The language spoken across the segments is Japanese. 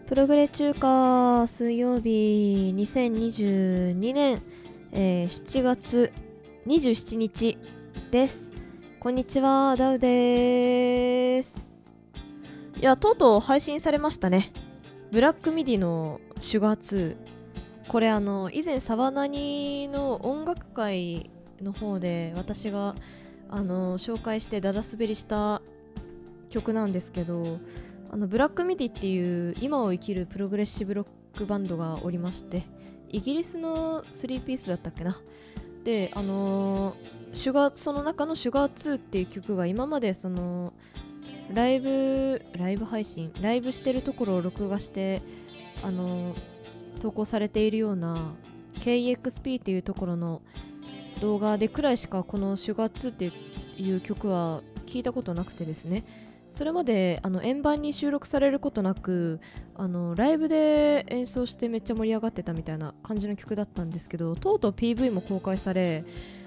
プログレ中華水曜日2022年、7月27日です。こんにちは、ダウです。いや、とうとう配信されましたね。ブラックミディのシュガー2。これ以前サバナニの音楽会の方で私が紹介してダダ滑りした曲なんですけど、ブラックミディっていう今を生きるプログレッシブロックバンドがおりまして、イギリスの3ピースだったっけな。でその中のシュガー2っていう曲が今までそのライブ配信ライブしてるところを録画して投稿されているような KEXP っていうところの動画でくらいしかこのシュガー2っていう曲は聞いたことなくてですね、それまで円盤に収録されることなくライブで演奏してめっちゃ盛り上がってたみたいな感じの曲だったんですけど、とうとう PV も公開され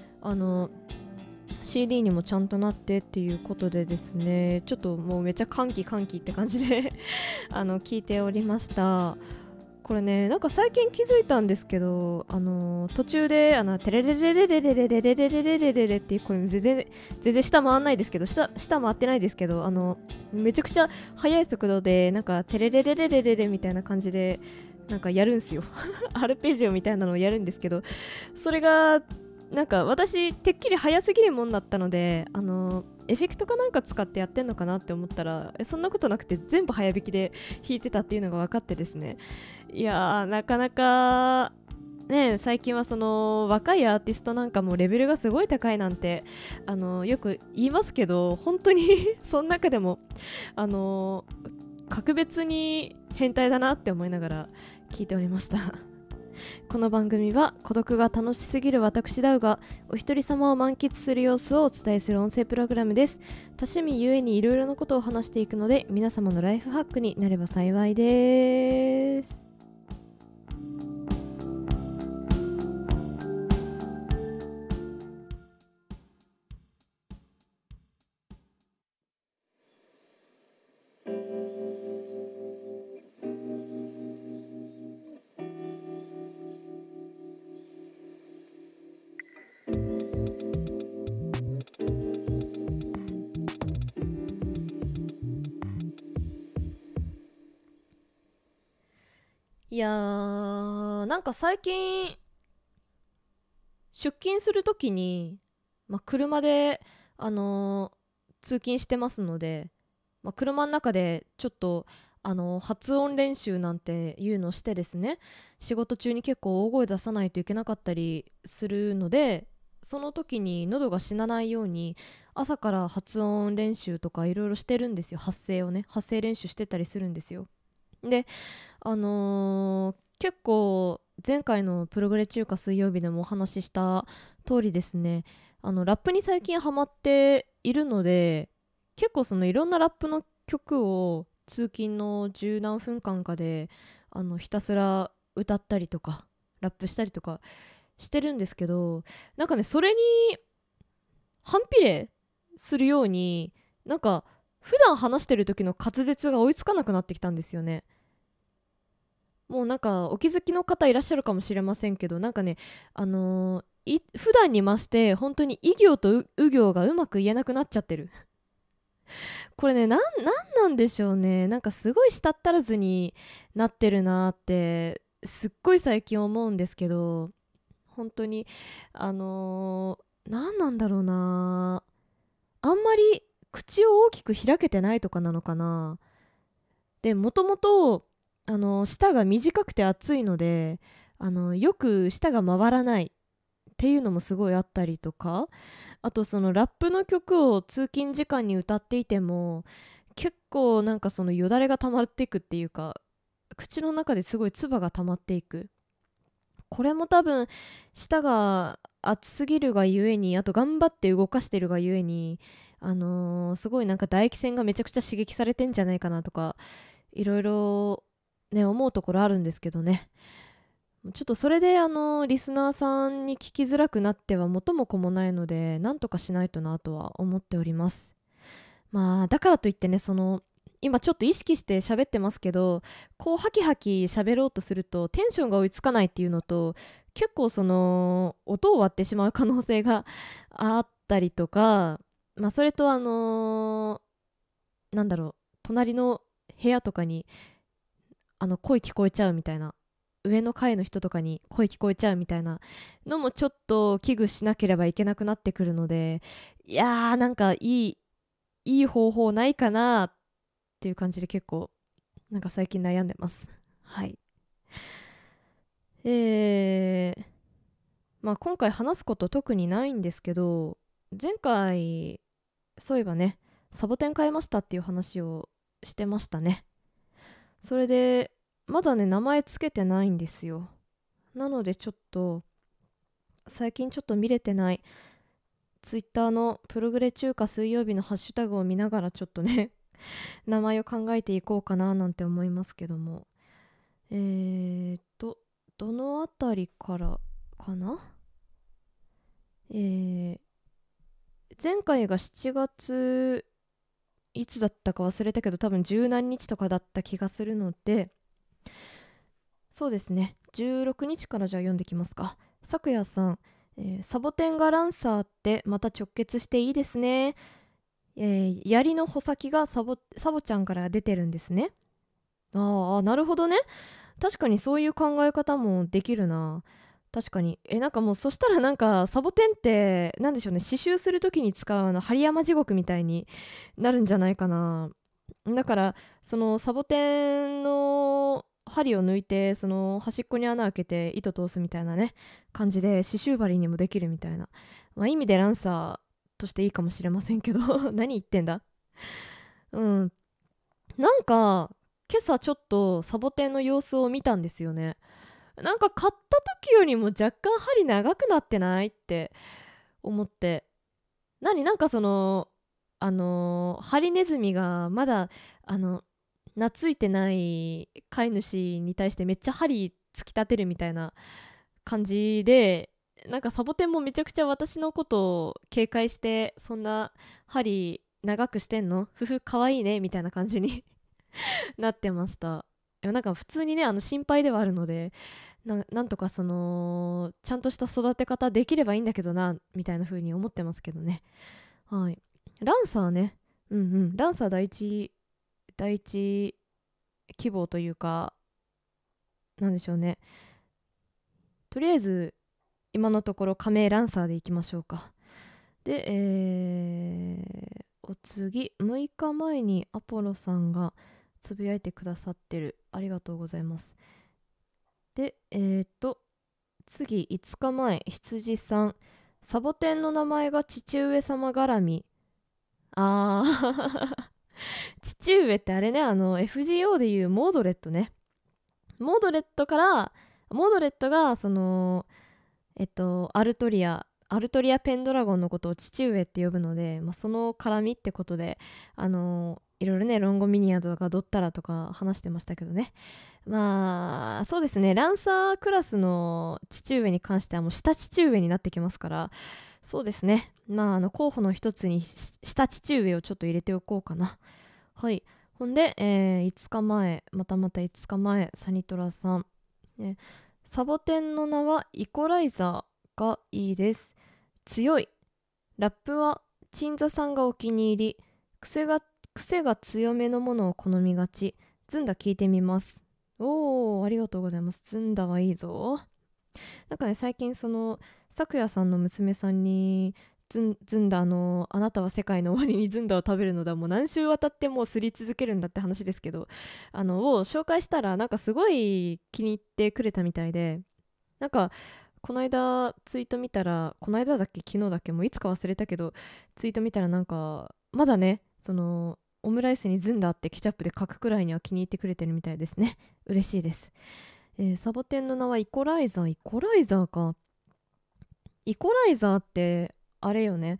CD にもちゃんとなってっていうことでですね、ちょっともうめっちゃ歓喜って感じで聞いておりました。これね、なんか最近気づいたんですけど、途中でテレレレレレレレレレレレレレレレっていう、これ全然下回んないですけど、下回ってないですけど、めちゃくちゃ速い速度でなんかテレレレレレレレみたいな感じでなんかやるんすよアルペジオみたいなのをやるんですけど、それがなんか私てっきり速すぎるもんだったので、エフェクトかなんか使ってやってんのかなって思ったら、そんなことなくて全部速弾きで弾いてたっていうのが分かってですね、いやーなかなかね、最近はその若いアーティストなんかもレベルがすごい高いなんてよく言いますけど、本当にその中でも格別に変態だなって思いながら聞いておりましたこの番組は孤独が楽しすぎる私ダウがお一人様を満喫する様子をお伝えする音声プログラムです。多趣味ゆえにいろいろなことを話していくので、皆様のライフハックになれば幸いです。いやー、なんか最近出勤するときに、車で、通勤してますので、車の中でちょっと発音練習なんていうのをしてですね、仕事中に結構大声出さないといけなかったりするので、その時に喉が死なないように朝から発音練習とかいろいろしてるんですよ。発声練習してたりするんですよ。で結構前回のプログレ中華水曜日でもお話しした通りですね、ラップに最近ハマっているので、結構そのいろんなラップの曲を通勤の十何分間かでひたすら歌ったりとかラップしたりとかしてるんですけど、なんかね、それに反比例するように、なんか普段話してる時の滑舌が追いつかなくなってきたんですよね。もうなんかお気づきの方いらっしゃるかもしれませんけど、なんかね、普段に増して本当に異行とう行がうまく言えなくなっちゃってるこれね、なんでしょうね。なんかすごい舌足らずになってるなってすっごい最近思うんですけど、本当に何なんだろうな、あんまり口を大きく開けてないとかなのかな。でもともと舌が短くて厚いのでよく舌が回らないっていうのもすごいあったりとか、あとそのラップの曲を通勤時間に歌っていても結構なんかそのよだれが溜まっていくっていうか、口の中ですごい唾が溜まっていく。これも多分舌が厚すぎるがゆえに、あと頑張って動かしてるがゆえにすごいなんか唾液腺がめちゃくちゃ刺激されてんじゃないかなとかいろいろね思うところあるんですけどね。ちょっとそれでリスナーさんに聞きづらくなっては元も子もないので、なんとかしないとなとは思っております。だからといってね、その今ちょっと意識して喋ってますけど、こうハキハキ喋ろうとするとテンションが追いつかないっていうのと、結構その音を割ってしまう可能性があったりとか、まあそれとなんだろう、隣の部屋とかに声聞こえちゃうみたいな、上の階の人とかに声聞こえちゃうみたいなのもちょっと危惧しなければいけなくなってくるので、いやーなんかいい方法ないかなっていう感じで結構なんか最近悩んでます。はい。まあ今回話すこと特にないんですけど、前回そういえばね、サボテン買いましたっていう話をしてましたね。それでまだね名前つけてないんですよ。なのでちょっと最近ちょっと見れてないツイッターのプログレ中華水曜日のハッシュタグを見ながらちょっとね名前を考えていこうかななんて思いますけども、どのあたりからかな。えー、前回が7月いつだったか忘れたけど多分十何日とかだった気がするので、そうですね、16日からじゃあ読んできますか。さくやさん、サボテンがランサーってまた直結していいですね。槍の穂先がサボちゃんから出てるんですね。ああ、なるほどね。確かにそういう考え方もできるな。確かに。なんかもうそしたらなんかサボテンってなんでしょうね、刺繍する時に使う針山地獄みたいになるんじゃないかな。だからそのサボテンの針を抜いてその端っこに穴開けて糸通すみたいなね感じで刺繍針にもできるみたいな、まあ、意味でランサーとしていいかもしれませんけど何言ってんだ。うん。なんか今朝ちょっとサボテンの様子を見たんですよね。なんか買った時よりも若干針長くなってないって思って、なんかそのハリネズミがまだ懐いてない飼い主に対してめっちゃ針突き立てるみたいな感じで、なんかサボテンもめちゃくちゃ私のことを警戒して、そんな針長くしてんのふふかわいいねみたいな感じになってました。いやなんか普通にね心配ではあるので、なんとかそのちゃんとした育て方できればいいんだけどなみたいな風に思ってますけどね。はい。ランサーね。うんうん。ランサー第一希望というか、なんでしょうね。とりあえず、今のところ仮名ランサーでいきましょうか。で、お次、6日前にアポロさんがつぶやいてくださってる。ありがとうございます。で、次、5日前、羊さん。サボテンの名前が父上様絡み。あー父上ってあれね、FGO でいうモードレットね。モードレットから、モードレットがそのアルトリアペンドラゴンのことを父上って呼ぶので、まあ、その絡みってことでいろいろねロンゴミニアとかドッタラとか話してましたけどね。まあそうですね、ランサークラスの父上に関してはもう下父上になってきますから、そうですね、まあ候補の一つに下父上をちょっと入れておこうかな。はい。ほんで、5日前、また5日前、サニトラさん。サボテンの名はイコライザーがいいです。強い。ラップは鎮座さんがお気に入り。癖が強めのものを好みがち。ずんだ聞いてみます。おー、ありがとうございます。ずんだはいいぞ。なんかね、最近その、さくやさんの娘さんに、ずんだあなたは世界の終わりにずんだを食べるのだ、もう何週渡ってもうすり続けるんだって話ですけど、を紹介したらなんかすごい気に入ってくれたみたいで、なんかこの間ツイート見たら、この間だっけ昨日だっけもういつか忘れたけど、ツイート見たらなんかまだねそのオムライスにずんだってケチャップで書くくらいには気に入ってくれてるみたいですね。嬉しいです。サボテンの名はイコライザー。イコライザーか。イコライザーってあれよね、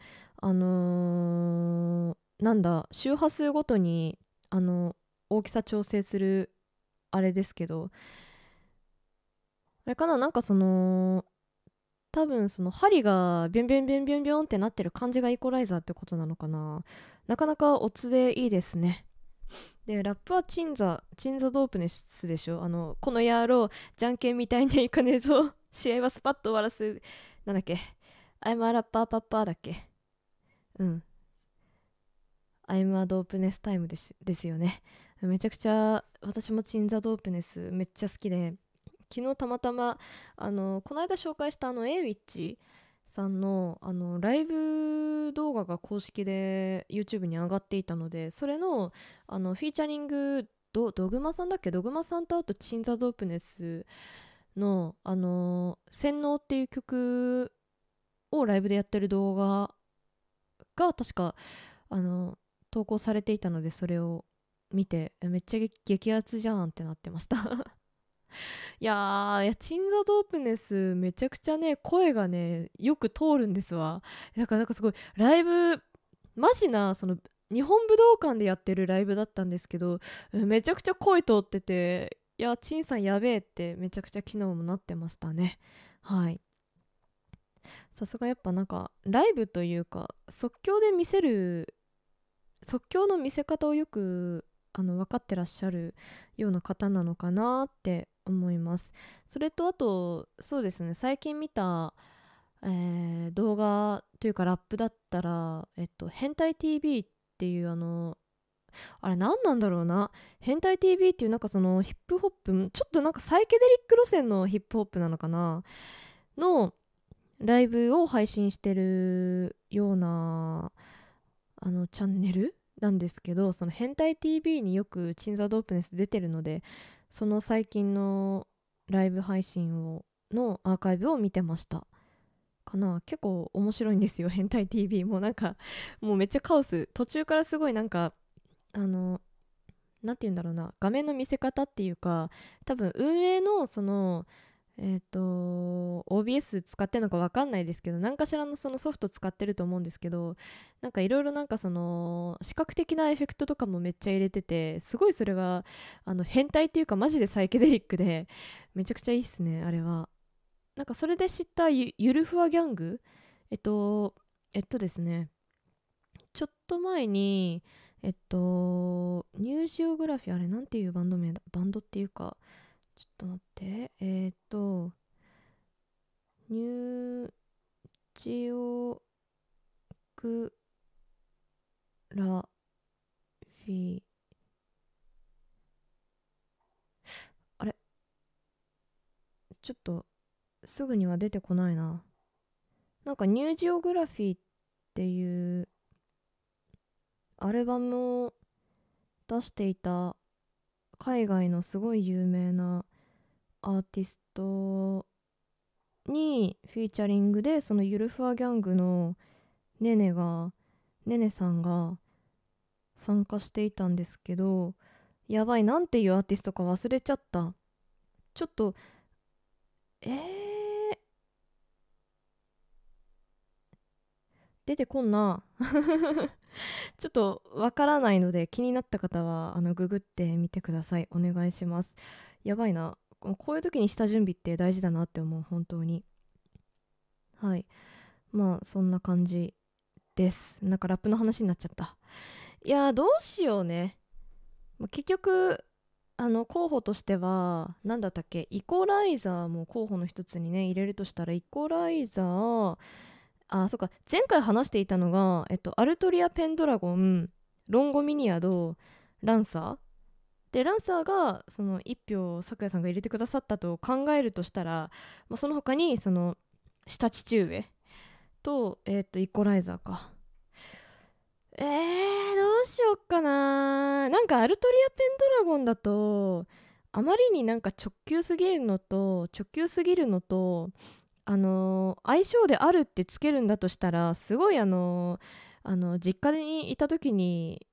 なんだ周波数ごとに大きさ調整するあれですけど、あれかな、なんかその多分その針がビュンビュンビュンビュンビュンってなってる感じがイコライザーってことなのかな。なかなかおつでいいですね。 でラップはチンザドープネスでしょ。この野郎じゃんけんみたいにいかねえぞ試合はスパッと終わらす、なんだっけ、アイムアラッパーパッパーだっけ。うん、アイムアドープネスタイムですよね。めちゃくちゃ私もチンザドープネスめっちゃ好きで、昨日たまたまこの間紹介したエイウィッチさんのライブ動画が公式で YouTube に上がっていたので、それのフィーチャリングドグマさんだっけ、ドグマさんとあとチンザドープネスの洗脳っていう曲をライブでやってる動画が確か投稿されていたので、それを見てめっちゃ激アツじゃんってなってましたいやチンザドープネスめちゃくちゃね声がねよく通るんですわ。だからなんかすごいライブマジな日本武道館でやってるライブだったんですけど、めちゃくちゃ声通ってて、いやチンさんやべえってめちゃくちゃ昨日もなってましたね。はい、さすがやっぱなんかライブというか即興で見せる、即興の見せ方をよく分かってらっしゃるような方なのかなって思います。それとあとそうですね、最近見た、動画というかラップだったら、変態 TV っていうあれ何なんだろうな、変態 TV っていうなんかそのヒップホップちょっとなんかサイケデリック路線のヒップホップなのかなのライブを配信してるようなチャンネルなんですけど、その変態 TV によくチンザドープネス出てるので、その最近のライブ配信のアーカイブを見てましたかな。結構面白いんですよ変態 TV も。なんかもうめっちゃカオス、途中からすごいなんかなんて言うんだろうな、画面の見せ方っていうか、多分運営のOBS 使ってるのか分かんないですけど、何かしらのそのソフト使ってると思うんですけど、なんかいろいろなんかその視覚的なエフェクトとかもめっちゃ入れてて、すごいそれが変態っていうかマジでサイケデリックでめちゃくちゃいいっすね、あれは。なんかそれで知ったゆるふわギャング、ですね、ちょっと前にニュージオグラフィー、あれなんていうバンド名だ、バンドっていうか、ちょっと待って、ニュージオグラフィー、あれちょっとすぐには出てこないな。なんかニュージオグラフィーっていうアルバムを出していた海外のすごい有名なアーティストにフィーチャリングで、そのゆるふわギャングのねねさんが参加していたんですけど、やばい、なんていうアーティストか忘れちゃった。ちょっとえー、出てこんなちょっとわからないので、気になった方はググってみてください。お願いします。やばいな、こういう時に下準備って大事だなって思う、本当に。はい、まあそんな感じです。なんかラップの話になっちゃった。いやーどうしようね。結局候補としては何だったっけ、イコライザーも候補の一つにね入れるとしたら、イコライザー、そっか、前回話していたのが、アルトリア・ペンドラゴン、ロンゴミニアド、ランサーで、ランサーがその1票咲夜さんが入れてくださったと考えるとしたら、その他にその下父上と、イコライザーか。どうしよっかな。なんかアルトリア・ペンドラゴンだとあまりになんか直球すぎるのと相性であるってつけるんだとしたら、すごい実家にいた時に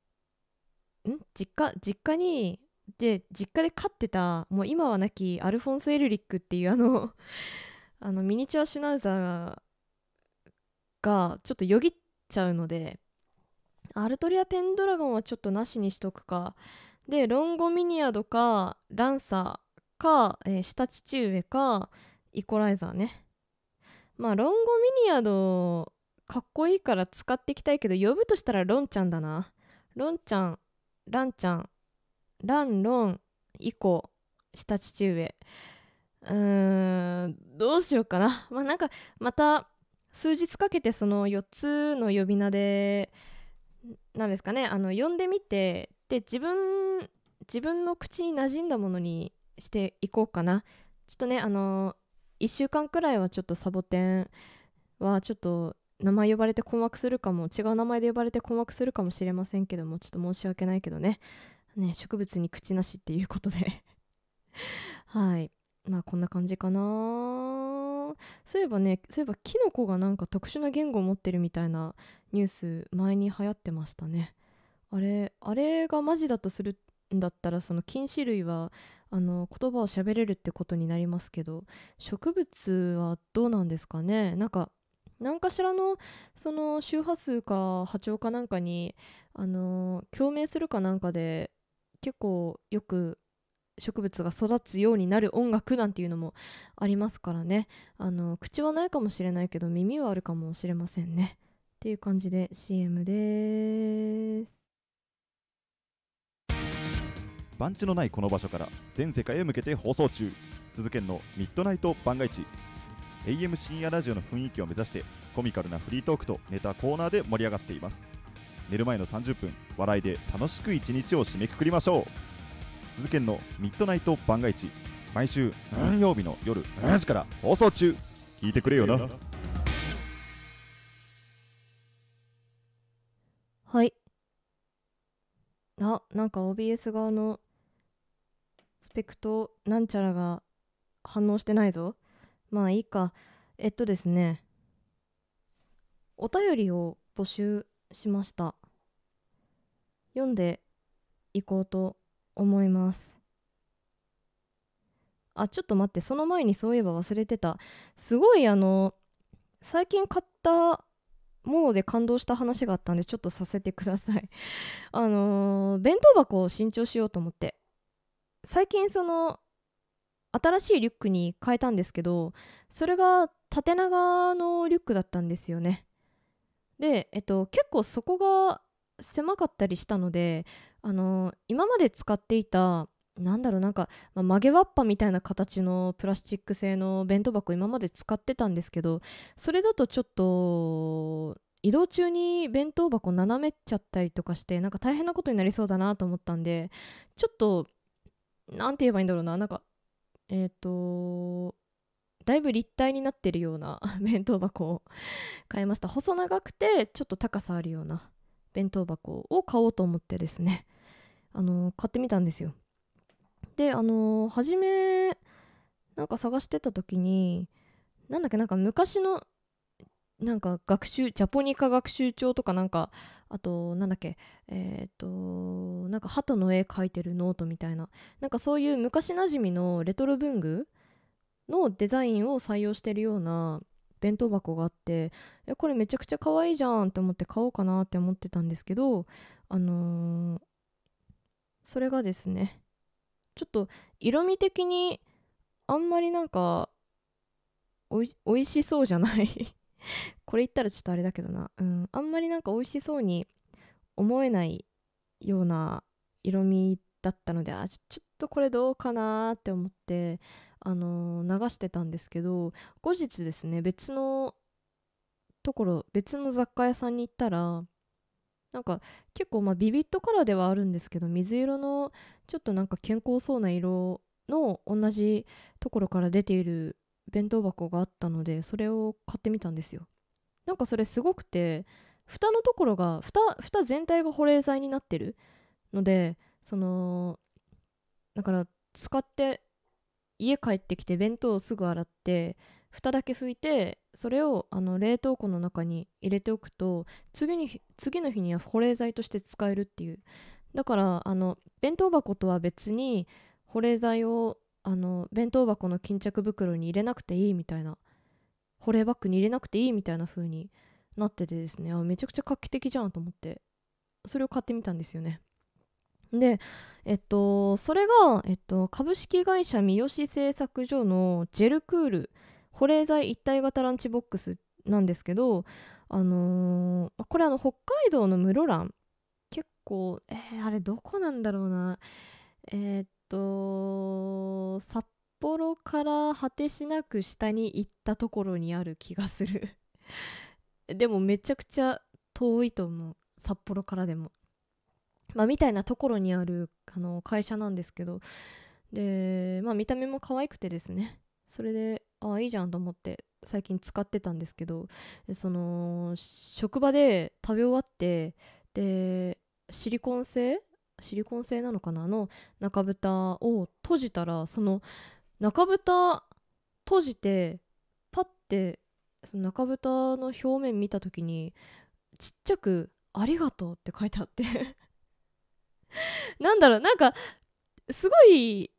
実家に実家で飼ってた、もう今は亡きアルフォンス・エルリックっていうミニチュアシュナウザーがちょっとよぎっちゃうので、アルトリア・ペンドラゴンはちょっとなしにしとくか。でロンゴミニアドかランサーか、下父上かイコライザーね。ロンゴミニアドかっこいいから使っていきたいけど、呼ぶとしたらロンちゃんだな。ロンちゃんランちゃん、ランロン、イコ、下父上。どうしようかな。なんかまた数日かけてその4つの呼び名でなんですかね、呼んでみて、で自分の口に馴染んだものにしていこうかな。ちょっとね、1週間くらいはちょっとサボテンはちょっと名前呼ばれて困惑するかも、違う名前で呼ばれて困惑するかもしれませんけども、ちょっと申し訳ないけどね、植物に口なしっていうことではい、こんな感じかな。そういえばキノコがなんか特殊な言語を持ってるみたいなニュース前に流行ってましたね。あれがマジだとするんだったら、その菌糸類は言葉を喋れるってことになりますけど、植物はどうなんですかね。なんかしらのその周波数か波長かなんかに共鳴するかなんかで結構よく植物が育つようになる音楽なんていうのもありますからね。口はないかもしれないけど耳はあるかもしれませんね。っていう感じで CM です。 番地のないこの場所から全世界へ向けて放送中、鈴研のミッドナイト番外地。 AM 深夜ラジオの雰囲気を目指してコミカルなフリートークとネタコーナーで盛り上がっています。寝る前の30分、笑いで楽しく一日を締めくくりましょう。鈴研のミッドナイト番外地、毎週何曜日の夜7時から放送中。聞いてくれよな。 はい。なんか OBS 側のスペクトなんちゃらが反応してないぞ。まあいいか。ですね、お便りを募集しました。読んでいこうと思います。ちょっと待って、その前にそういえば忘れてた。すごい最近買ったもので感動した話があったんで、ちょっとさせてください。弁当箱を新調しようと思って、最近その新しいリュックに変えたんですけど、それが縦長のリュックだったんですよね。で、結構そこが狭かったりしたので、今まで使っていた曲げわっぱみたいな形のプラスチック製の弁当箱を今まで使ってたんですけど、それだとちょっと移動中に弁当箱斜めっちゃったりとかして、なんか大変なことになりそうだなと思ったんで、ちょっとなんて言えばいいんだろうな、だいぶ立体になってるような弁当箱を買いました。細長くてちょっと高さあるような弁当箱を買おうと思ってですね、買ってみたんですよ。で、初めなんか探してた時に、なんか昔のジャポニカ学習帳とか、あとなんか鳩の絵描いてるノートみたいな、なんかそういう昔なじみのレトロ文具のデザインを採用してるような弁当箱があって、これめちゃくちゃ可愛いじゃんって思って買おうかなって思ってたんですけど、それがですね、ちょっと色味的にあんまりなんかおいしそうじゃないこれ言ったらちょっとあれだけどな、あんまりなんか美味しそうに思えないような色味だったので、ちょっとこれどうかなって思って流してたんですけど、後日ですね、別の雑貨屋さんに行ったら、なんか結構ビビットカラーではあるんですけど、水色のちょっとなんか健康そうな色の同じところから出ている弁当箱があったので、それを買ってみたんですよ。なんかそれすごくて、蓋のところが蓋全体が保冷剤になってるので、だから使って家帰ってきて弁当をすぐ洗って蓋だけ拭いて、それを冷凍庫の中に入れておくと、次の日には保冷剤として使えるっていう。だから弁当箱とは別に保冷剤を弁当箱の巾着袋に入れなくていいみたいな、保冷バッグに入れなくていいみたいな風になっててですね、めちゃくちゃ画期的じゃんと思って、それを買ってみたんですよね。で、それが、株式会社三好製作所のジェルクール保冷剤一体型ランチボックスなんですけど、これ北海道の室蘭、結構あれどこなんだろうな。札幌から果てしなく下に行ったところにある気がするでもめちゃくちゃ遠いと思う、札幌からでも。まあみたいなところにある会社なんですけど、でまあ見た目も可愛くてですね、それでいいじゃんと思って最近使ってたんですけど、その職場で食べ終わって、でシリコン製なのかなの中蓋を閉じたら、その中蓋閉じてパッてその中蓋の表面見た時にちっちゃくありがとうって書いてあってなんだろう、なんかすごい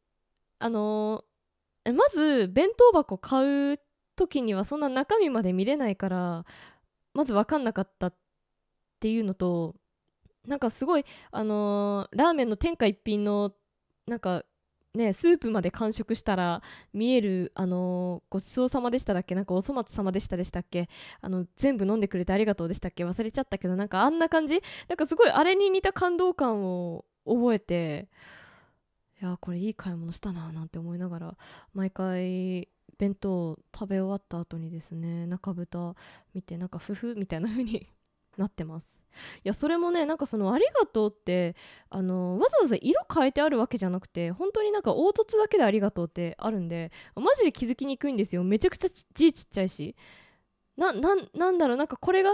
まず弁当箱買う時にはそんな中身まで見れないからまず分かんなかったっていうのと、なんかすごいラーメンの天下一品のなんかねスープまで完食したら見えるごちそうさまでしただっけ、なんかお粗末様でしたっけ、全部飲んでくれてありがとうでしたっけ、忘れちゃったけど、なんかあんな感じ、なんかすごいあれに似た感動感を覚えて、いやこれいい買い物したななんて思いながら毎回弁当食べ終わった後にですね、中蓋見てなんかふふみたいな風になってます。いやそれもね、なんかそのありがとうってわざわざ色変えてあるわけじゃなくて、本当になんか凹凸だけでありがとうってあるんで、マジで気づきにくいんですよ。めちゃくちゃ字ちっちゃいし、なんだろう、なんかこれが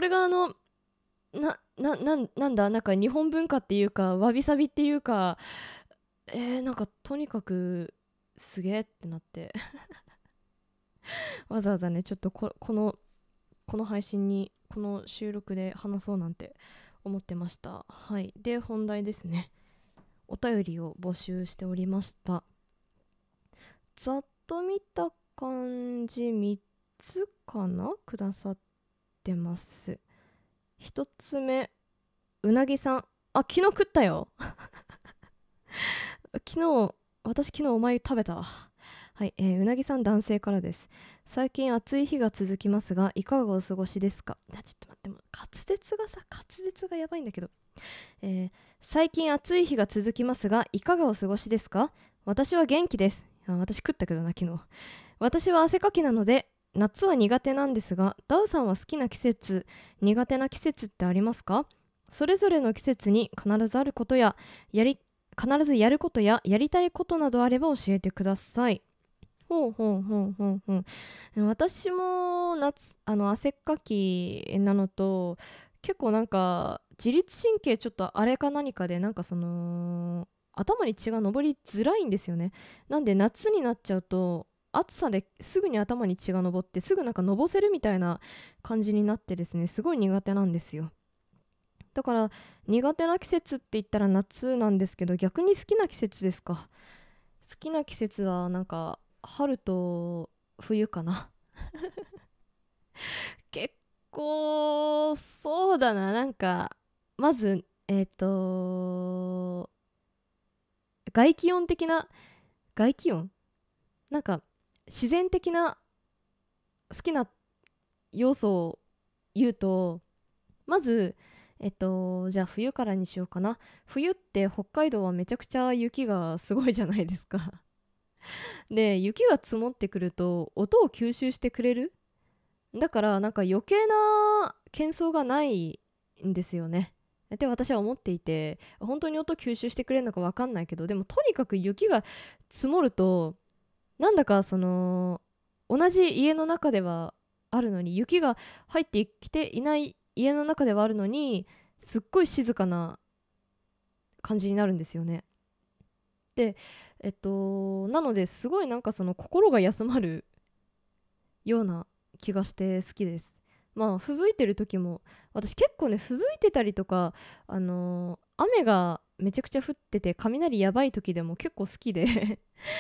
なんだ、なんか日本文化っていうかわびさびっていうか、なんかとにかくすげえってなってわざわざねちょっとこの配信にこの収録で話そうなんて思ってました。はい、で本題ですね。お便りを募集しておりました。ざっと見た感じ3つかなくださってます。1つ目、うなぎさん。昨日食ったよ私昨日お前食べたわ。はい、うなぎさん男性からです。最近暑い日が続きますがいかがお過ごしですか。ちょっと待って、もう滑舌がやばいんだけど、最近暑い日が続きますがいかがお過ごしですか。私は元気です。私食ったけどな昨日。私は汗かきなので夏は苦手なんですが、ダウさんは好きな季節、苦手な季節ってありますか。それぞれの季節に必ずあることや必ずやることややりたいことなどあれば教えてください。ほうほうほうほうほう。私も汗っかきなのと、結構なんか自律神経ちょっとあれか何かで、なんかその頭に血が上りづらいんですよね。なんで夏になっちゃうと暑さですぐに頭に血が上ってすぐなんかのぼせるみたいな感じになってですね、すごい苦手なんですよ。だから苦手な季節って言ったら夏なんですけど、逆に好きな季節ですか。好きな季節はなんか春と冬かな結構そうだな。なんかまず外気温的な外気温なんか自然的な好きな要素を言うと、まずじゃあ冬からにしようかな。冬って北海道はめちゃくちゃ雪がすごいじゃないですかで雪が積もってくると音を吸収してくれる。だからなんか余計な喧騒がないんですよねって私は思っていて、本当に音吸収してくれるのか分かんないけど、でもとにかく雪が積もるとなんだかその同じ家の中ではあるのに、雪が入ってきていない家の中ではあるのにすっごい静かな感じになるんですよね。でなのですごいなんかその心が休まるような気がして好きです。まあ吹雪いてる時も私結構ね、吹雪いてたりとか雨がめちゃくちゃ降ってて雷やばい時でも結構好きで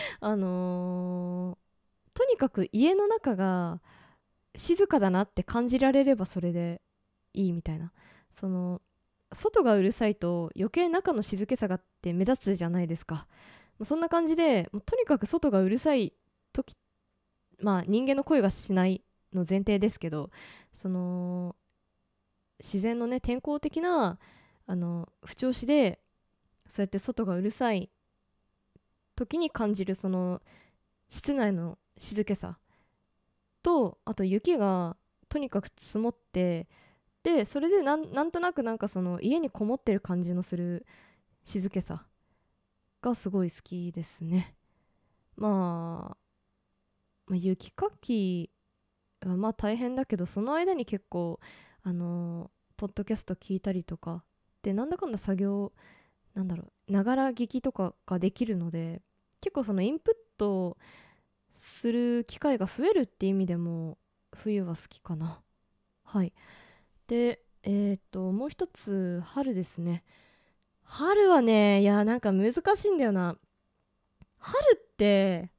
とにかく家の中が静かだなって感じられればそれでいいみたいな。その外がうるさいと余計中の静けさがって目立つじゃないですか。そんな感じでもうとにかく外がうるさい時、まあ人間の声がしないの前提ですけど、その自然のね天候的な不調子でそうやって外がうるさい時に感じるその室内の静けさと、あと雪がとにかく積もって、でそれでなんとなくなんかその家にこもってる感じのする静けさがすごい好きですね。雪かきはまあ大変だけど、その間に結構ポッドキャスト聞いたりとかで、なんだかんだ作業ながら聞きとかができるので、結構そのインプットする機会が増えるって意味でも冬は好きかな。はい。でもう一つ春ですね。春はね、いやなんか難しいんだよな。春って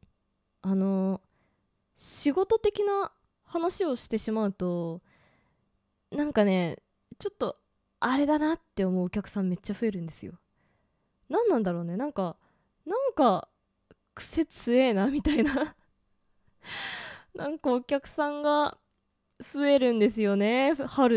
仕事的な話をしてしまうと、なんかね、ちょっとあれだなって思うお客さんめっちゃ増えるんですよ。何なんだろうね。なんか癖強えなみたいななんかお客さんが増えるんですよね、春って。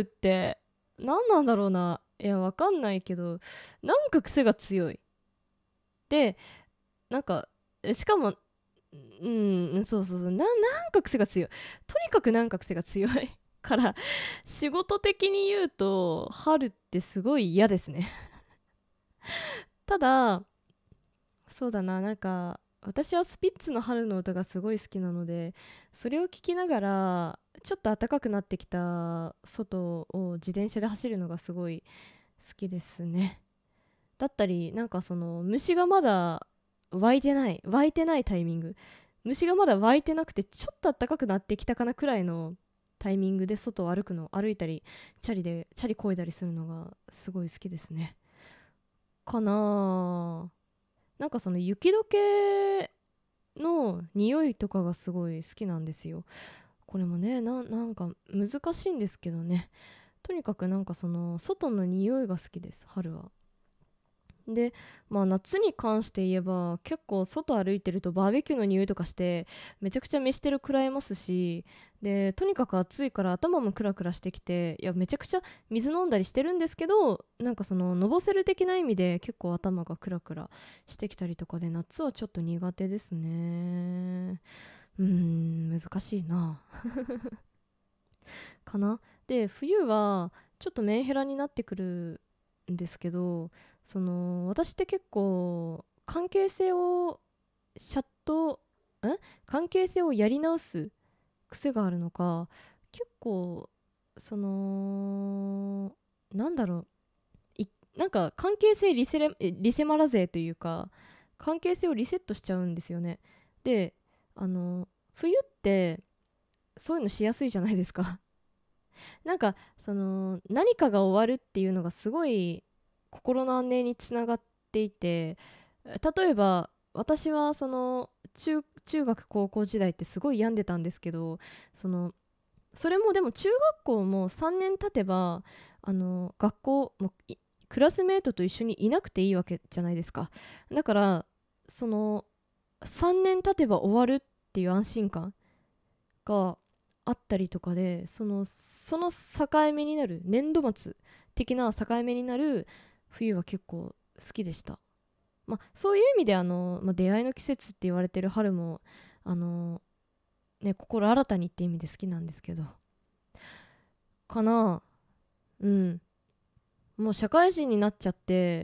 何なんだろうな。いやわかんないけど、なんか癖が強い。で、なんかしかもそうそうそう、なんか癖が強い。とにかくなんか癖が強いから仕事的に言うと春ってすごい嫌ですねただそうだな、なんか私はスピッツの春の歌がすごい好きなので、それを聞きながらちょっと暖かくなってきた外を自転車で走るのがすごい好きですね。だったり、なんかその虫がまだ湧いてないタイミング、虫がまだ湧いてなくてちょっと暖かくなってきたかなくらいのタイミングで外を歩いたりチャリこいだりするのがすごい好きですね。かなあ。なんかその雪解けの匂いとかがすごい好きなんですよ。これもね、なんか難しいんですけどね。とにかくなんかその外の匂いが好きです、春は。で、夏に関して言えば結構外歩いてるとバーベキューの匂いとかしてめちゃくちゃ飯テロ食らえますし、でとにかく暑いから頭もクラクラしてきて、いやめちゃくちゃ水飲んだりしてるんですけど、なんかそののぼせる的な意味で結構頭がクラクラしてきたりとかで、夏はちょっと苦手ですね。難しいなかな。で冬はちょっとメンヘラになってくるんですけど、その私って結構シャット関係性をやり直す癖があるのか、結構そのなんだろうなんか関係性リセマラ勢というか、関係性をリセットしちゃうんですよね。で冬ってそういうのしやすいじゃないですかなんかその何かが終わるっていうのがすごい心の安寧につながっていて、例えば私はその中学高校時代ってすごい病んでたんですけど、それもでも中学校も3年経てば学校もクラスメートと一緒にいなくていいわけじゃないですか。だからその3年経てば終わるっていう安心感があったりとかで、その境目になる年度末的な境目になる冬は結構好きでした。そういう意味で出会いの季節って言われてる春も心新たにって意味で好きなんですけど、かな。うんもう社会人になっちゃって、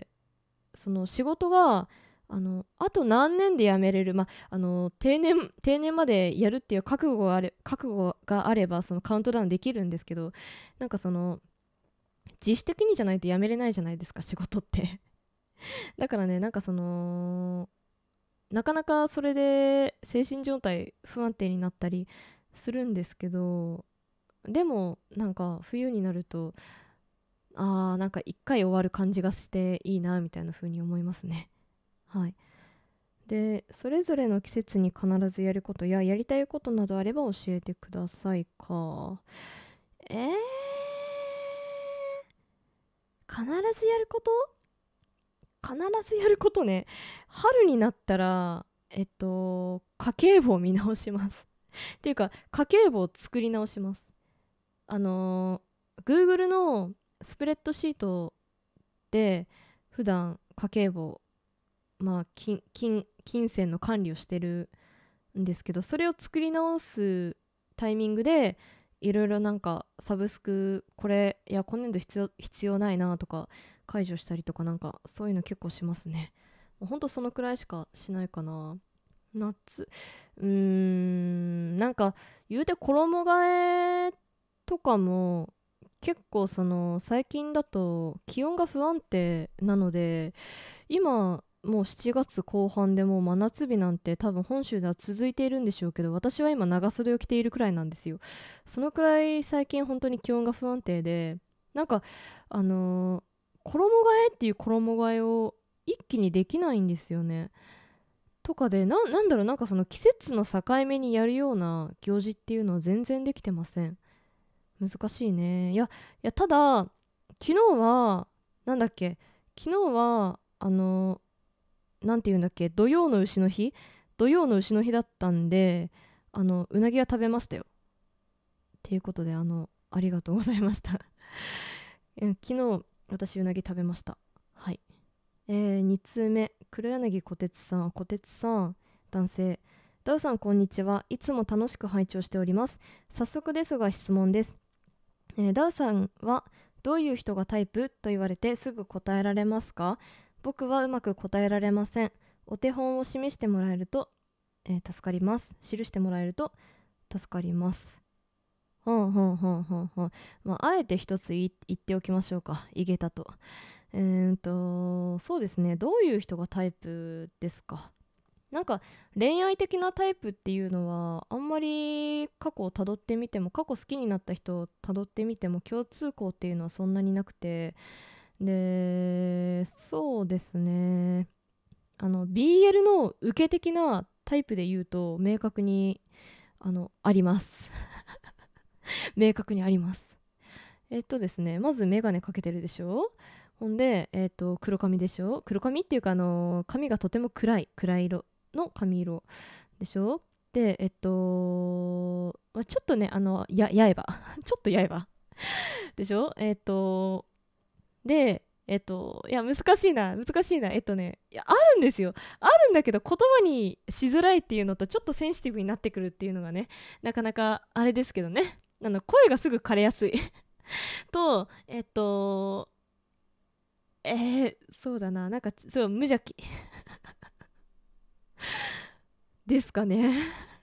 その仕事があと何年で辞めれる、定年までやるっていう覚悟があればそのカウントダウンできるんですけど、なんかその自主的にじゃないと辞めれないじゃないですか、仕事ってだからね、なんかそのなかなかそれで精神状態不安定になったりするんですけど、でもなんか冬になるとなんか一回終わる感じがしていいなみたいな風に思いますね。はい。でそれぞれの季節に必ずやることややりたいことなどあれば教えてくださいか。えー、必ずやること、必ずやることね。春になったら家計簿を見直しますっていうか家計簿を作り直します。Google のスプレッドシートって普段家計簿、金銭の管理をしてるんですけど、それを作り直すタイミングでいろいろなんかサブスクこれ今年度必要ないなとか解除したりとか、なんかそういうの結構しますね。ほんとそのくらいしかしないかな。夏なんか言うて衣替えとかも結構最近だと気温が不安定なので、今もう7月後半でもう真夏日なんて多分本州では続いているんでしょうけど、私は今長袖を着ているくらいなんですよ。そのくらい最近本当に気温が不安定で、なんか衣替えっていう衣替えを一気にできないんですよね。とかでなんだろう、なんかその季節の境目にやるような行事っていうのは全然できてません。難しいね。いやただ昨日はなんだっけ昨日はなんていうんだっけ、土曜の牛の日だったんで、うなぎは食べましたよ。っていうことでありがとうございました昨日私うなぎ食べました。はい。2通目、黒柳小鉄さん。男性。ダウさんこんにちは。いつも楽しく拝聴しております。早速ですが質問です。ダウさんはどういう人がタイプと言われてすぐ答えられますか？僕はうまく答えられません。お手本を示してもらえると、助かります。記してもらえると助かります。あえて一つ言っておきましょうか。井桁と。そうですね。どういう人がタイプですか？なんか恋愛的なタイプっていうのはあんまり過去をたどってみても、過去好きになった人をたどってみても共通項っていうのはそんなになくて、でそうですね、BL の受け的なタイプで言うと明確にあります明確にあります。ですね、まずメガネかけてるでしょ。ほんで黒髪でしょ。黒髪っていうか髪がとても暗い色の髪色でしょ。でちょっとね八重歯ちょっと八重歯でしょ。でいや難しいな。いやあるんですよ。あるんだけど言葉にしづらいっていうのと、ちょっとセンシティブになってくるっていうのがね、なかなかあれですけどね。声がすぐ枯れやすいとそうだな、なんかそう無邪気ですかね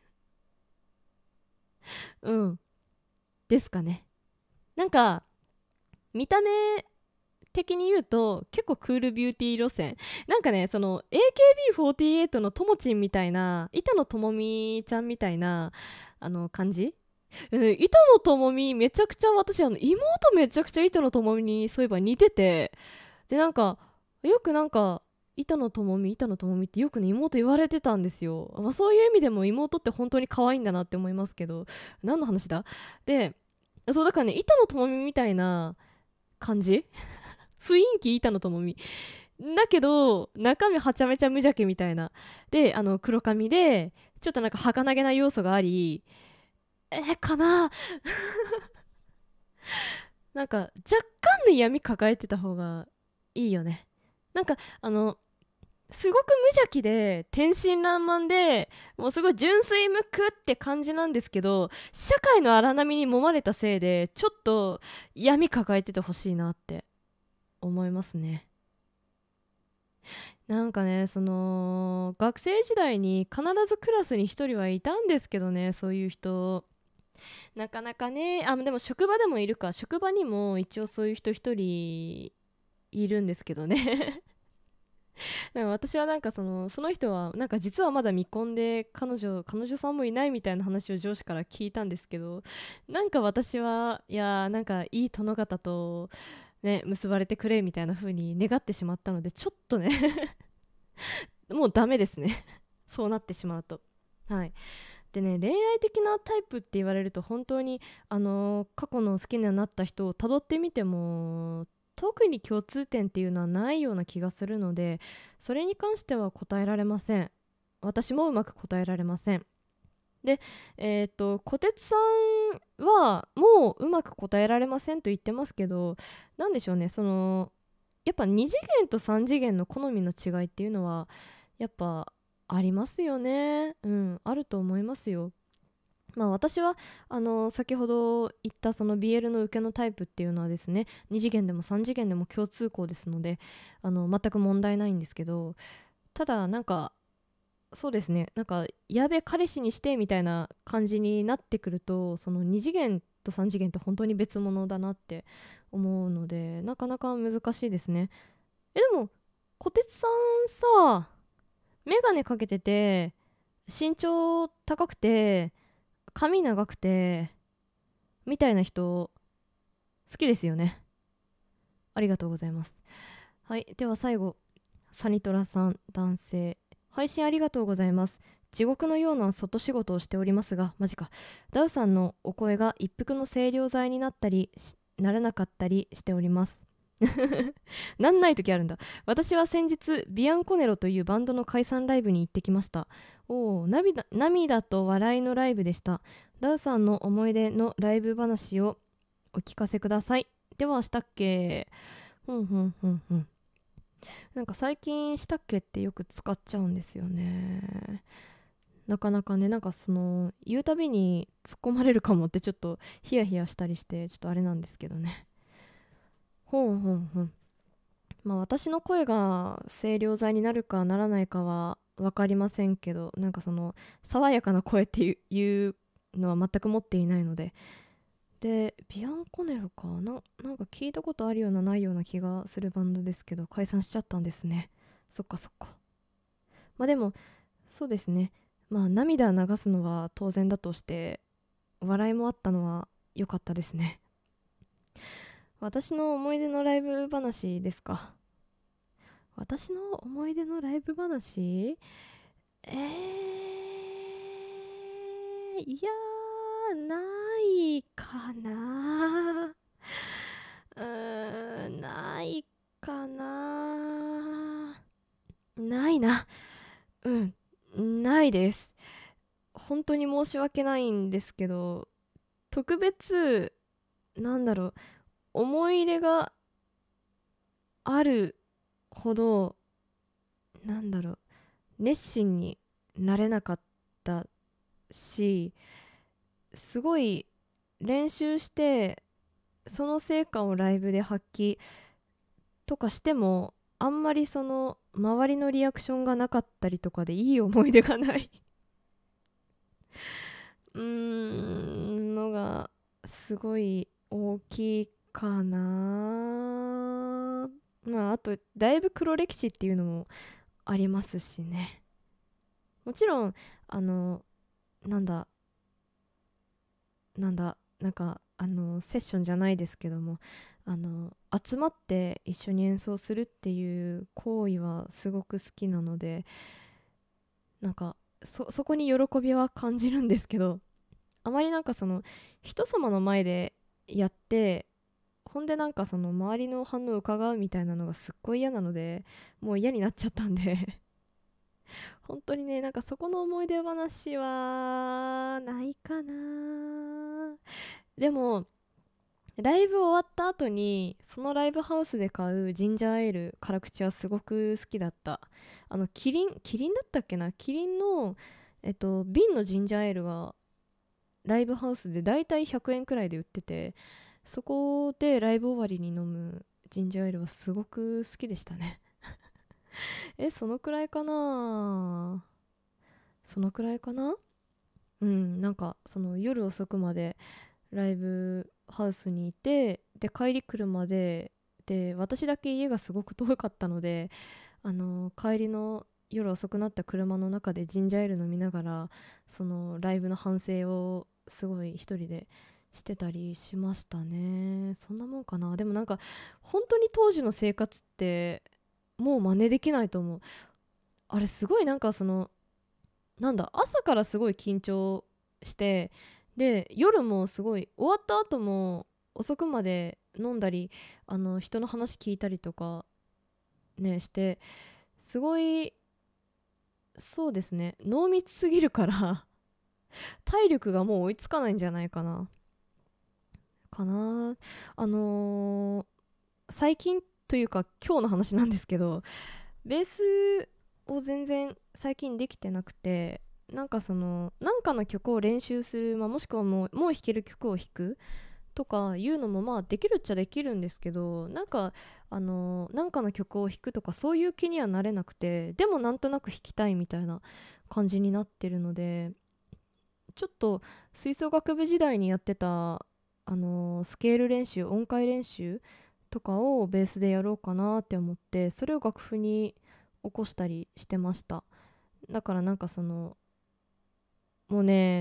うんですかね。なんか見た目的に言うと結構クールビューティー路線。なんかね、その AKB48 のともちんみたいな、板野友美ちゃんみたいな感じ。板野友美めちゃくちゃ、私妹めちゃくちゃ板野友美にそういえば似てて、でなんかよくなんか板野友美ってよくね妹言われてたんですよ。そういう意味でも妹って本当に可愛いんだなって思いますけど、何の話だ。でそうだからね、板野友美みたいな感じ雰囲気板野友美だけど中身はちゃめちゃ無邪気みたいな。で黒髪でちょっとなんか儚げな要素があり、かななんか若干の闇抱えてた方がいいよね。なんかすごく無邪気で天真爛漫で、もうすごい純粋無垢って感じなんですけど、社会の荒波に揉まれたせいでちょっと闇抱えててほしいなって思いますね。なんかね、学生時代に必ずクラスに一人はいたんですけどね、そういう人。なかなかね、でも職場でもいるか。職場にも一応そういう人一人いるんですけどねでも私はなんかその人はなんか実はまだ未婚で彼女さんもいないみたいな話を上司から聞いたんですけど、なんか私はいやなんかいい殿方とね結ばれてくれみたいな風に願ってしまったので、ちょっとねもうダメですねそうなってしまうと。はい。でね、恋愛的なタイプって言われると本当に過去の好きになった人をたどってみても特に共通点っていうのはないような気がするので、それに関しては答えられません。私もうまく答えられません。で小鉄さんはもううまく答えられませんと言ってますけど、なんでしょうね、 やっぱ2次元と3次元の好みの違いっていうのはやっぱありますよね。あると思いますよ。私は先ほど言ったその BL の受けのタイプっていうのはですね、2次元でも3次元でも共通項ですので全く問題ないんですけど、ただなんかそうですね、なんかやべ彼氏にしてみたいな感じになってくると、その2次元と3次元って本当に別物だなって思うので、なかなか難しいですね。でも小鉄さんさ、メガネかけてて身長高くて髪長くてみたいな人好きですよね。ありがとうございます。はい、では最後、サニトラさん、男性。配信ありがとうございます。地獄のような外仕事をしておりますが、マジか。ダウさんのお声が一服の清涼剤になったりならなかったりしております。なんない時あるんだ。私は先日ビアンコネロというバンドの解散ライブに行ってきました。涙と笑いのライブでした。ダウさんの思い出のライブ話をお聞かせください。ではしたっけ。なんか最近したっけってよく使っちゃうんですよね。なかなかね、なんかその言うたびに突っ込まれるかもってちょっとヒヤヒヤしたりしてちょっとあれなんですけどね。私の声が清涼剤になるかならないかは分かりませんけど、なんかその爽やかな声っていうのは全く持っていないので、でビアンコネロかなんか聞いたことあるようなないような気がするバンドですけど、解散しちゃったんですね。そっかそっか。でもそうですね、涙流すのは当然だとして笑いもあったのは良かったですね。私の思い出のライブ話ですか。私の思い出のライブ話、いやないかな。ないかな。ないな。ないです。本当に申し訳ないんですけど、特別なんだろう、思い入れがあるほど熱心になれなかったし、すごい練習してその成果をライブで発揮とかしても、あんまりその周りのリアクションがなかったりとかでいい思い出がないのがすごい大きいかな。あとだいぶ黒歴史っていうのもありますしね。もちろんあのなんだなんかセッションじゃないですけども、集まって一緒に演奏するっていう行為はすごく好きなので、なんかそこに喜びは感じるんですけど、あまりなんかその人様の前でやってほんでなんかその周りの反応を伺うみたいなのがすっごい嫌なので、もう嫌になっちゃったんで本当にね、なんかそこの思い出話はないかな。でもライブ終わった後にそのライブハウスで買うジンジャーエール辛口はすごく好きだった。キリンだったっけな、キリンの瓶のジンジャーエールがライブハウスでだいたい100円くらいで売ってて、そこでライブ終わりに飲むジンジャーエールはすごく好きでしたねそのくらいかな。なんかその夜遅くまでライブハウスにいて、で帰り車で私だけ家がすごく遠かったので、帰りの夜遅くなった車の中でジンジャーエール飲みながらそのライブの反省をすごい一人でしてたりしましたね。そんなもんかな。でもなんか本当に当時の生活ってもう真似できないと思う。あれすごいなんかその朝からすごい緊張して、で夜もすごい終わった後も遅くまで飲んだり人の話聞いたりとかねして、すごいそうですね、濃密すぎるから体力がもう追いつかないんじゃないかな。あのー最近っというか今日の話なんですけど、ベースを全然最近できてなくて、なんかの曲を練習する、もしくはもう弾ける曲を弾くとかいうのもできるっちゃできるんですけど、なんかの曲を弾くとかそういう気にはなれなくて、でもなんとなく弾きたいみたいな感じになってるので、ちょっと吹奏楽部時代にやってたスケール練習、音階練習とかをベースでやろうかなって思って、それを楽譜に起こしたりしてました。だからなんかもうね、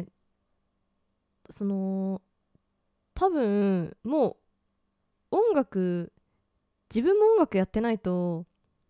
多分もう自分も音楽やってないと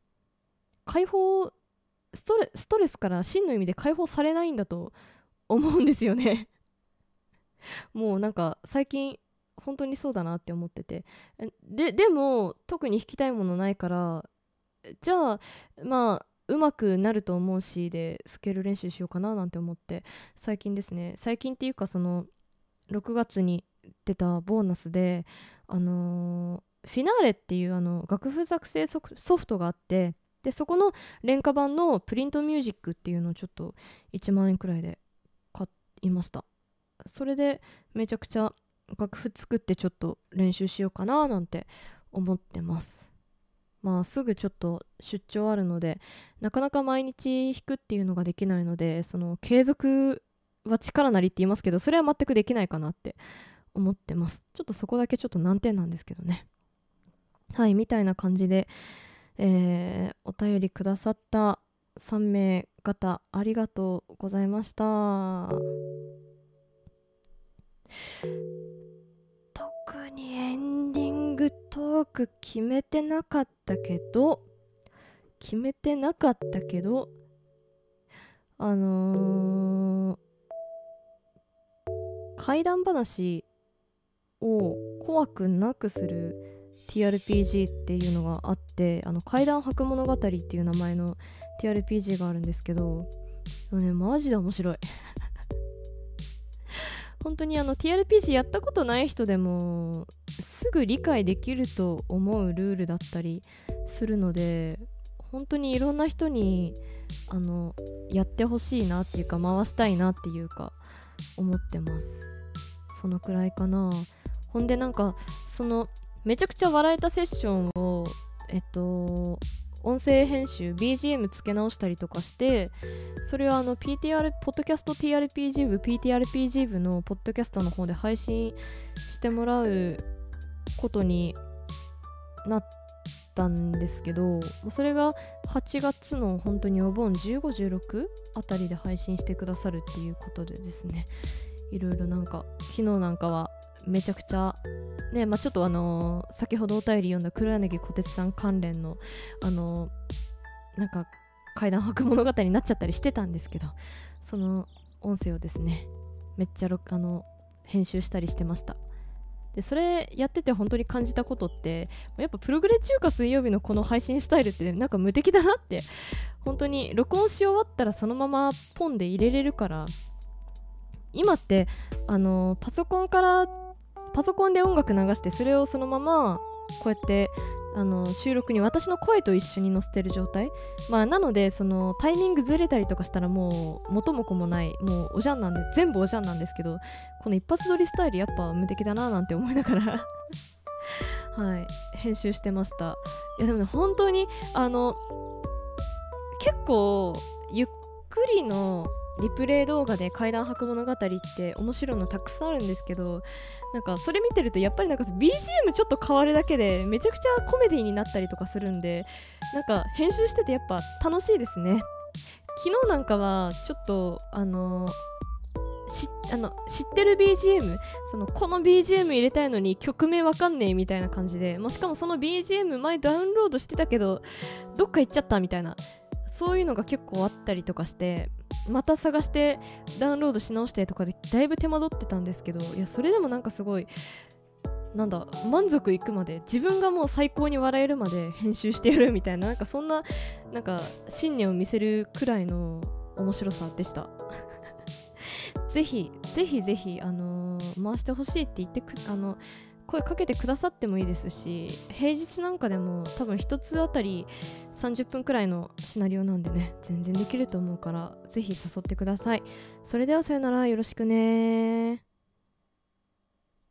ストレスから真の意味で解放されないんだと思うんですよねもうなんか最近本当にそうだなって思ってて、でも特に弾きたいものないから、じゃあうまくなると思うしでスケール練習しようかななんて思って、最近っていうか6月に出たボーナスでフィナーレっていう楽譜作成ソフトがあって、でそこの廉価版のプリントミュージックっていうのをちょっと1万円くらいで買いました。それでめちゃくちゃ楽譜作ってちょっと練習しようかななんて思ってます。すぐちょっと出張あるのでなかなか毎日弾くっていうのができないので、継続は力なりって言いますけど、それは全くできないかなって思ってます。ちょっとそこだけちょっと難点なんですけどね。はい、みたいな感じで、お便りくださった3名方ありがとうございました。特にエンディングトーク決めてなかったけど怪談話を怖くなくする TRPG っていうのがあって、怪談博物語っていう名前の TRPG があるんですけど、マジで面白い本当にTRPG やったことない人でもすぐ理解できると思うルールだったりするので、本当にいろんな人にやってほしいなっていうか回したいなっていうか思ってます。そのくらいかな。ほんでなんかめちゃくちゃ笑えたセッションを音声編集 BGM つけ直したりとかして、それをPTR ポッドキャスト TRPG 部 PTRPG 部のポッドキャストの方で配信してもらうことになったんですけど、それが8月の本当にお盆15、16あたりで配信してくださるっていうことでですね、いろいろなんか昨日なんかはめちゃくちゃね、ちょっと先ほどお便り読んだ黒柳小鉄さん関連のなんか怪談博物語になっちゃったりしてたんですけど、その音声をですねめっちゃ編集したりしてました。でそれやってて本当に感じたことって、やっぱプログレ中華水曜日のこの配信スタイルってなんか無敵だなって、本当に録音し終わったらそのままポンで入れれるから、今ってパソコンで音楽流して、それをそのままこうやって収録に私の声と一緒に載せてる状態、なのでタイミングずれたりとかしたらもう元も子もない、もうおじゃんなんで全部おじゃんなんですけど、この一発撮りスタイルやっぱ無敵だななんて思いながらはい編集してました。いやでもね本当に結構ゆっくりのリプレイ動画で怪談博物語って面白いのたくさんあるんですけど、なんかそれ見てるとやっぱりなんか BGM ちょっと変わるだけでめちゃくちゃコメディになったりとかするんで、なんか編集しててやっぱ楽しいですね。昨日なんかはちょっと知ってる BGM、 この BGM 入れたいのに曲名わかんねえみたいな感じで、しかもその BGM 前ダウンロードしてたけどどっか行っちゃったみたいな、そういうのが結構あったりとかして、また探してダウンロードし直してとかでだいぶ手間取ってたんですけど、いやそれでもなんかすごい満足いくまで、自分がもう最高に笑えるまで編集してやるみたいな、なんかそんななんか信念を見せるくらいの面白さでしたぜひ回してほしいって言って声かけてくださってもいいですし、平日なんかでも多分一つあたり30分くらいのシナリオなんでね、全然できると思うからぜひ誘ってください。それではさよなら、よろしくね。